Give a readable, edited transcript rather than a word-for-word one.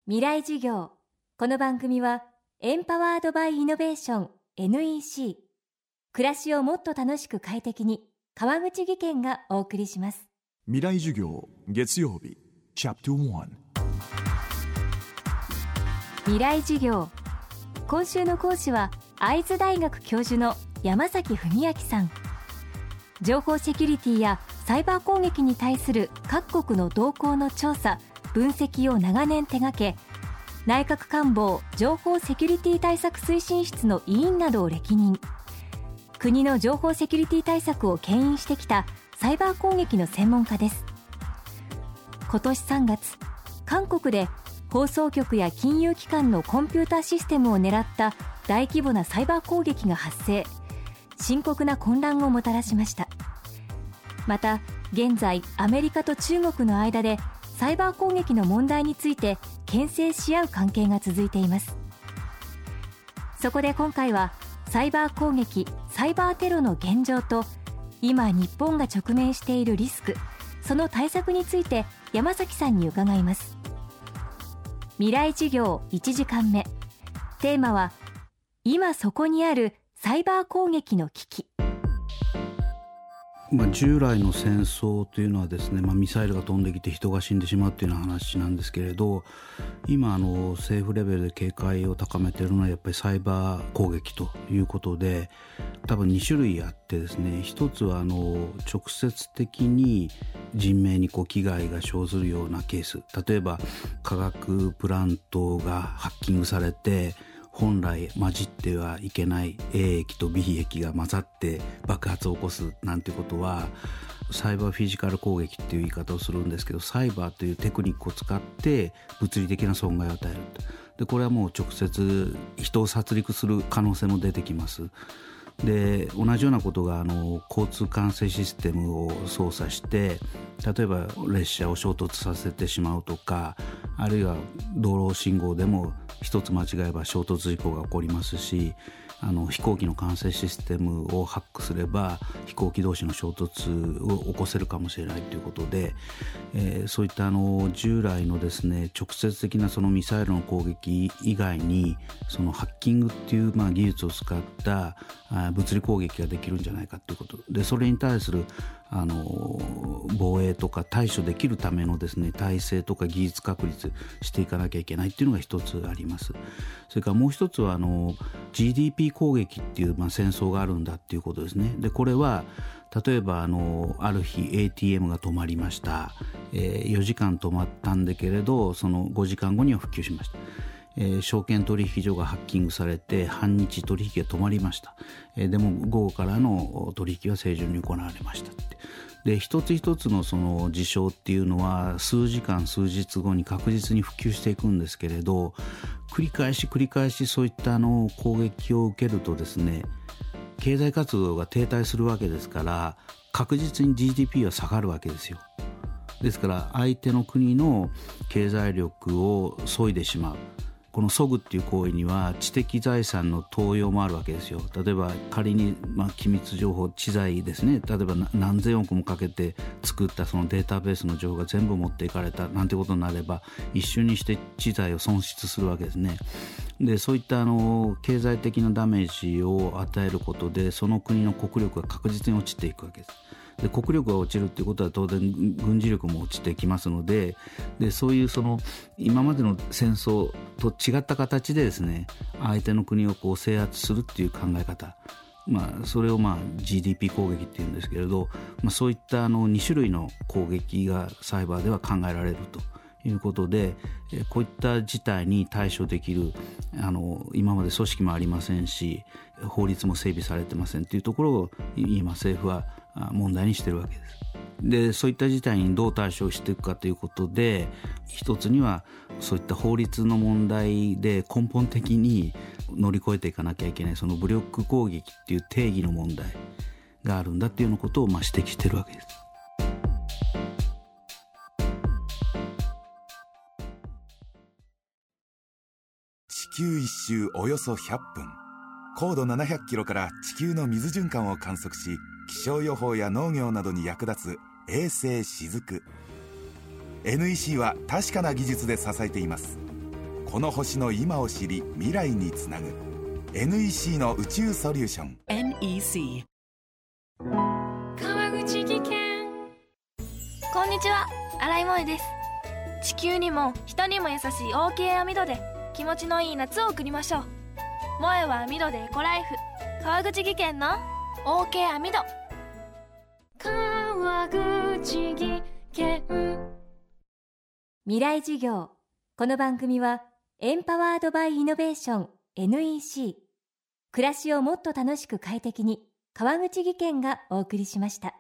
未来授業。この番組はエンパワードバイイノベーション NEC 暮らしをもっと楽しく快適に川口義賢がお送りします。 未来授業月曜日チャプター1 未来授業。今週の講師は会津大学教授の山崎文明さん。情報セキュリティやサイバー攻撃に対する各国の動向の調査分析を長年手掛け、内閣官房情報セキュリティ対策推進室の委員などを歴任、国の情報セキュリティ対策を牽引してきたサイバー攻撃の専門家です。今年3月、韓国で放送局や金融機関のコンピューターシステムを狙った大規模なサイバー攻撃が発生、深刻な混乱をもたらしました。また現在、アメリカと中国の間でサイバー攻撃の問題について牽制し合う関係が続いています。そこで今回はサイバー攻撃、サイバーテロの現状と今日本が直面しているリスク、その対策について山崎さんに伺います。未来授業1時間目、テーマは今そこにあるサイバー攻撃の危機。 従来の戦争というのはですね、ミサイルが飛んできて人が死んでしまうというような話なんですけれど、今政府レベルで警戒を高めているのはやっぱりサイバー攻撃ということで、多分2種類あってですね、一つは直接的に人命に危害が生ずるようなケース、例えば化学プラントがハッキングされて本来混じってはいけない A 液と B 液が混ざって爆発を起こすなんてことはサイバーフィジカル攻撃っていう言い方をするんですけど、サイバーというテクニックを使って物理的な損害を与える。でこれはもう直接人を殺戮する可能性も出てきます。で同じようなことが交通管制システムを操作して例えば列車を衝突させてしまうとか、あるいは道路信号でも一つ間違えば衝突事故が起こりますし、飛行機の管制システムをハックすれば飛行機同士の衝突を起こせるかもしれないということで、そういった従来のですね直接的なそのミサイルの攻撃以外にそのハッキングっていう技術を使った物理攻撃ができるんじゃないかということで、それに対する防衛とか対処できるためのですね体制とか技術確立していかなきゃいけないっていうのが一つあります。それからもう一つはGDP 攻撃っていう戦争があるんだっていうことですね。でこれは例えばある日 ATM が止まりました、4時間止まったんだけれどその5時間後には復旧しました。証券取引所がハッキングされて半日取引が止まりました。でも午後からの取引は正常に行われましたって。で一つ一つのその事象っていうのは数時間数日後に確実に復旧していくんですけれど、繰り返しそういった攻撃を受けるとですね、経済活動が停滞するわけですから確実に GDP は下がるわけですよ。ですから相手の国の経済力を削いでしまう。この削ぐっていう行為には知的財産の盗用もあるわけですよ。例えば仮に機密情報、知財ですね、例えば何千億もかけて作ったそのデータベースの情報が全部持っていかれたなんてことになれば一瞬にして知財を損失するわけですね。でそういった経済的なダメージを与えることでその国の国力が確実に落ちていくわけです。で国力が落ちるということは当然軍事力も落ちてきますので、そういうその今までの戦争と違った形でですね相手の国を制圧するっていう考え方、それをGDP 攻撃っていうんですけれど、そういった2種類の攻撃がサイバーでは考えられるということで、こういった事態に対処できる今まで組織もありませんし法律も整備されてませんというところを今政府は問題にしているわけです。でそういった事態にどう対処していくかということで、一つにはそういった法律の問題で根本的に乗り越えていかなきゃいけないその武力攻撃っていう定義の問題があるんだっていうようなことを指摘しているわけです。 地球一周およそ100分、高度700キロから地球の水循環を観測し気象予報や農業などに役立つ衛星しずく。 NEC は確かな技術で支えています。 この星の今を知り未来につなぐ NEC の宇宙ソリューション。 NEC。 川口技研。こんにちは、新井萌です。地球にも人にも優しい OK 網戸で気持ちのいい夏を送りましょう。萌は網戸でエコライフ。川口技研の OK 網戸。川口技研。 未来授業。この番組はエンパワードバイイノベーション NEC 暮らしをもっと楽しく快適に川口技研がお送りしました。